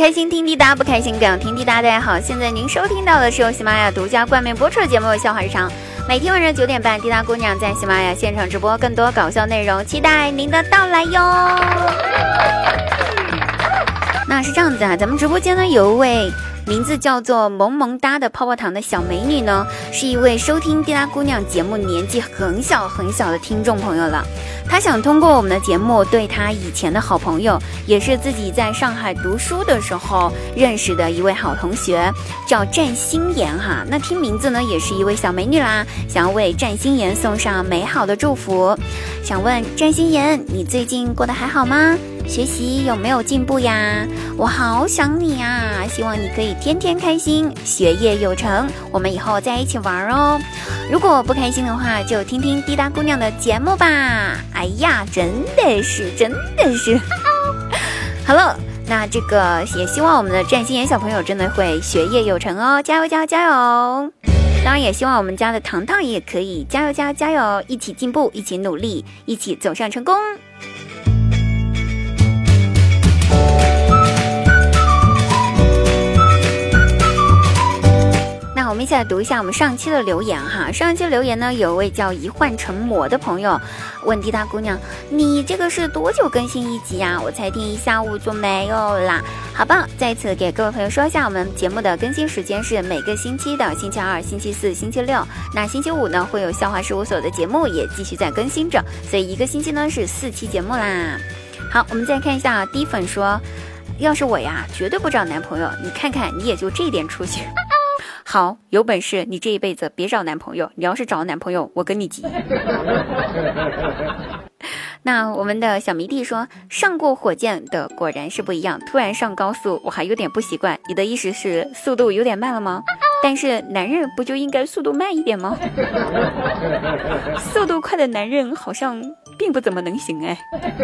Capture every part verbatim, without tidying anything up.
开心听滴答，不开心更要听滴答。大家好，现在您收听到的是由喜马拉雅独家冠名播出的节目《笑话日常》，每天晚上九点半，滴答姑娘在喜马拉雅现场直播更多搞笑内容，期待您的到来哟。那是这样子啊，咱们直播间呢有一位名字叫做萌萌哒的泡泡糖的小美女呢，是一位收听滴答姑娘节目年纪很小很小的听众朋友了。她想通过我们的节目对她以前的好朋友，也是自己在上海读书的时候认识的一位好同学，叫占心妍哈。那听名字呢也是一位小美女啦，想要为占心妍送上美好的祝福。想问占心妍，你最近过得还好吗？学习有没有进步呀？我好想你啊，希望你可以天天开心，学业有成，我们以后再一起玩哦。如果不开心的话，就听听滴答姑娘的节目吧。哎呀，真的是真的是好了，那这个也希望我们的占心妍小朋友真的会学业有成哦，加油加油加油。当然也希望我们家的糖糖也可以加油加油加油，一起进步，一起努力，一起走向成功。那我们一起来读一下我们上期的留言哈。上期留言呢，有位叫一幻成魔的朋友问滴答姑娘，你这个是多久更新一集呀？我才听一下午就没有啦。好吧，再次给各位朋友说一下，我们节目的更新时间是每个星期的星期二、星期四、星期六。那星期五呢会有笑话事务所的节目也继续在更新着，所以一个星期呢是四期节目啦。好，我们再看一下低粉说，要是我呀绝对不找男朋友，你看看你也就这点出息。好，有本事你这一辈子别找男朋友，你要是找男朋友我跟你急。那我们的小迷弟说，上过火箭的果然是不一样，突然上高速我还有点不习惯，你的意思是速度有点慢了吗？但是男人不就应该速度慢一点吗？速度快的男人好像并不怎么能行哎。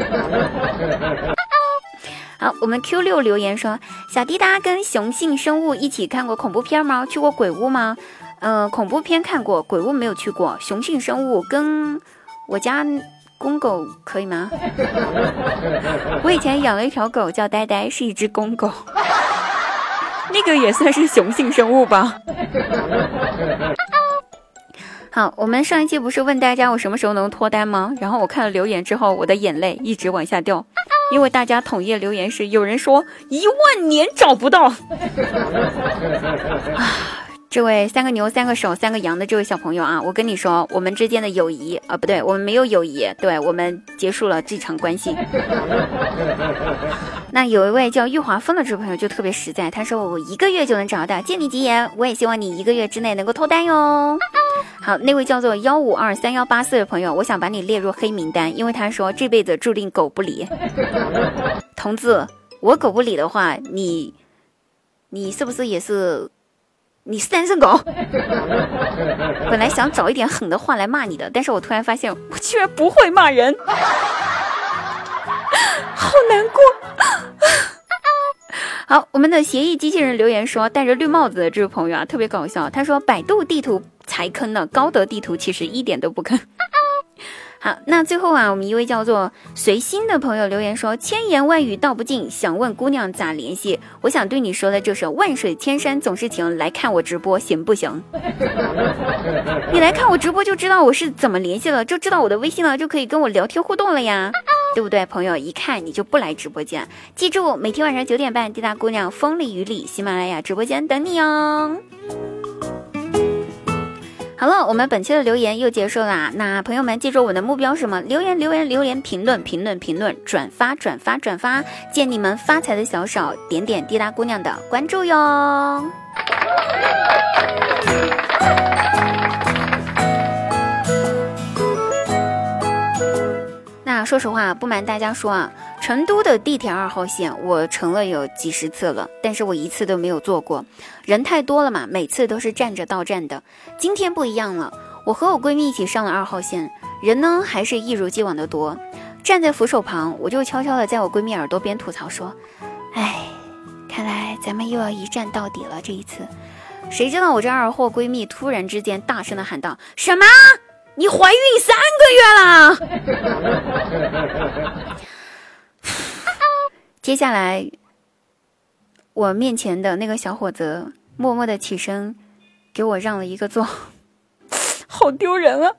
好，我们 Q 六 留言说，小滴答跟雄性生物一起看过恐怖片吗？去过鬼屋吗？呃，恐怖片看过，鬼屋没有去过。雄性生物跟我家公狗可以吗？我以前养了一条狗叫呆呆，是一只公狗，那个也算是雄性生物吧。好，我们上一期不是问大家我什么时候能脱单吗？然后我看了留言之后，我的眼泪一直往下掉，因为大家统一留言是有人说一万年找不到。这位三个牛三个手三个羊的这位小朋友啊，我跟你说，我们之间的友谊啊，不对，我们没有友谊，对，我们结束了这场关系。那有一位叫玉华风的这位朋友就特别实在，他说我一个月就能找到，借你吉言，我也希望你一个月之内能够脱单哟。好，那位叫做幺五二三幺八四的朋友，我想把你列入黑名单，因为他说这辈子注定狗不理。同志，我狗不理的话，你你是不是也是你是单身狗？本来想找一点狠的话来骂你的，但是我突然发现我居然不会骂人，好难过。好，我们的协议机器人留言说，戴着绿帽子的这位朋友啊，特别搞笑。他说百度地图才坑呢，高德地图其实一点都不坑。好，那最后啊，我们一位叫做随心的朋友留言说，千言万语道不尽，想问姑娘咋联系？我想对你说的就是万水千山总是情，来看我直播行不行？你来看我直播就知道我是怎么联系了，就知道我的微信了，就可以跟我聊天互动了呀，对不对？朋友一看你就不来直播间，记住每天晚上九点半，滴答姑娘风里雨里喜马拉雅直播间等你哦。好了，我们本期的留言又结束啦。那朋友们记住我们的目标是什么？留言留言留言，评论评论评论，转发转发转发，见你们发财的小手，点点滴答姑娘的关注哟。那说实话，不瞒大家说啊，成都的地铁二号线我乘了有几十次了，但是我一次都没有坐过，人太多了嘛，每次都是站着到站的。今天不一样了，我和我闺蜜一起上了二号线，人呢还是一如既往的多。站在扶手旁，我就悄悄的在我闺蜜耳朵边吐槽说，哎，看来咱们又要一站到底了这一次。谁知道我这二货闺蜜突然之间大声的喊道，什么？你怀孕三个月啦！接下来我面前的那个小伙子默默的起身给我让了一个座，好丢人啊。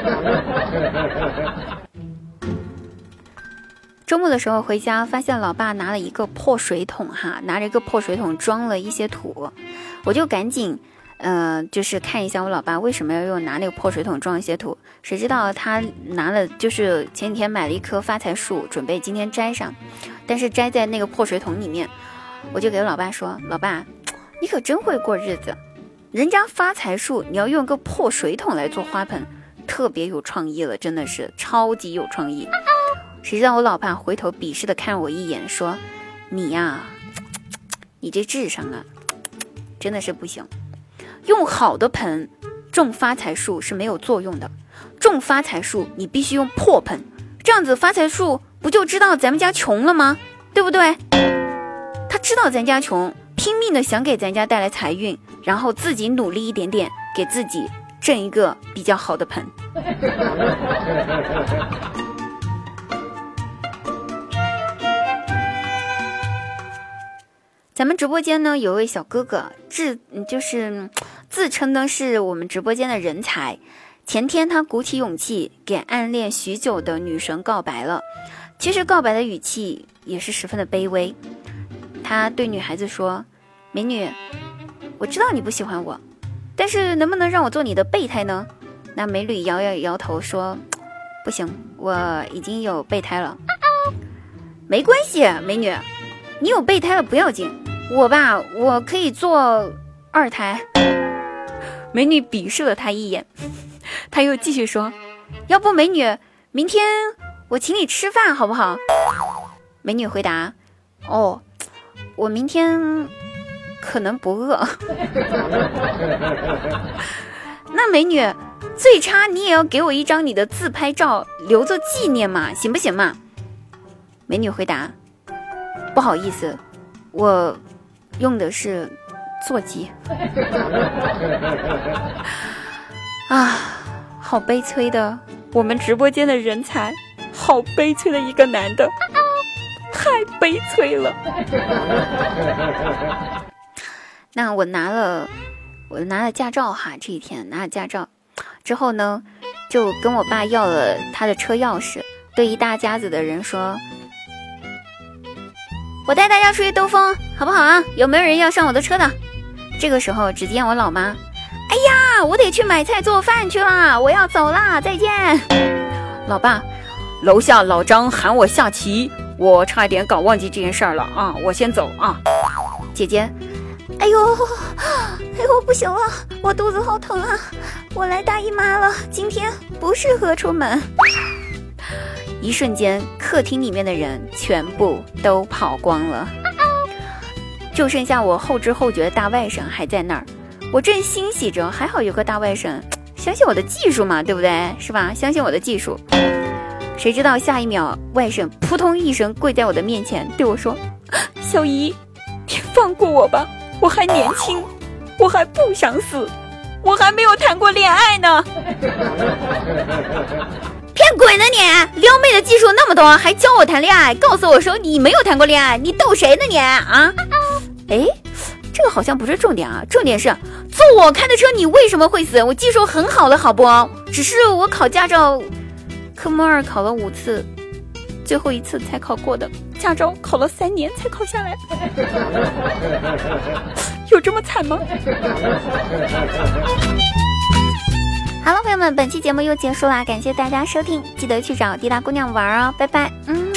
周末的时候回家，发现老爸拿了一个破水桶哈，拿着一个破水桶装了一些土，我就赶紧呃，就是看一下我老爸为什么要用拿那个破水桶装一些土。谁知道他拿了，就是前几天买了一棵发财树，准备今天摘上，但是摘在那个破水桶里面。我就给我老爸说，老爸，你可真会过日子，人家发财树你要用个破水桶来做花盆，特别有创意了，真的是超级有创意。谁知道我老爸回头鄙视的看我一眼，说你呀，你这智商啊真的是不行，用好的盆种发财树是没有作用的，种发财树你必须用破盆，这样子发财树不就知道咱们家穷了吗？对不对？他知道咱家穷，拼命的想给咱家带来财运，然后自己努力一点点，给自己挣一个比较好的盆。咱们直播间呢有一位小哥哥，自就是自称呢是我们直播间的人才。前天他鼓起勇气给暗恋许久的女神告白了，其实告白的语气也是十分的卑微。他对女孩子说，美女，我知道你不喜欢我，但是能不能让我做你的备胎呢？那美女摇摇摇头说，不行，我已经有备胎了。没关系，美女，你有备胎了不要紧，我吧，我可以做二胎。美女鄙视了他一眼，他又继续说，要不美女，明天我请你吃饭好不好？美女回答，哦，我明天可能不饿。那美女，最差你也要给我一张你的自拍照留作纪念嘛，行不行嘛？美女回答，不好意思，我用的是座机。啊，好悲催的，我们直播间的人才，好悲催的一个男的，太悲催了。那我拿了我拿了驾照哈，这一天拿了驾照之后呢，就跟我爸要了他的车钥匙，对一大家子的人说，我带大家出去兜风好不好啊？有没有人要上我的车的？这个时候只见我老妈，哎呀，我得去买菜做饭去啦，我要走啦，再见。老爸，楼下老张喊我下棋，我差一点搞忘记这件事儿了啊，我先走啊。姐姐，哎呦哎呦，不行了，我肚子好疼啊，我来大姨妈了，今天不适合出门。一瞬间，客厅里面的人全部都跑光了，就剩下我后知后觉的大外甥还在那儿。我正欣喜着，还好有个大外甥，相信我的技术嘛，对不对？是吧？相信我的技术。谁知道下一秒，外甥扑通一声跪在我的面前，对我说：“小姨，你放过我吧，我还年轻，我还不想死，我还没有谈过恋爱呢。”骗鬼呢你！撩妹的技术那么多，还教我谈恋爱？告诉我说你没有谈过恋爱，你逗谁呢你啊？哎，这个好像不是重点啊，重点是坐我开的车你为什么会死？我技术很好了好不？只是我考驾照科目二考了五次，最后一次才考过的，驾照考了三年才考下来。有这么惨吗？好了，朋友们，本期节目又结束啦，感谢大家收听，记得去找滴答姑娘玩哦，拜拜。嗯。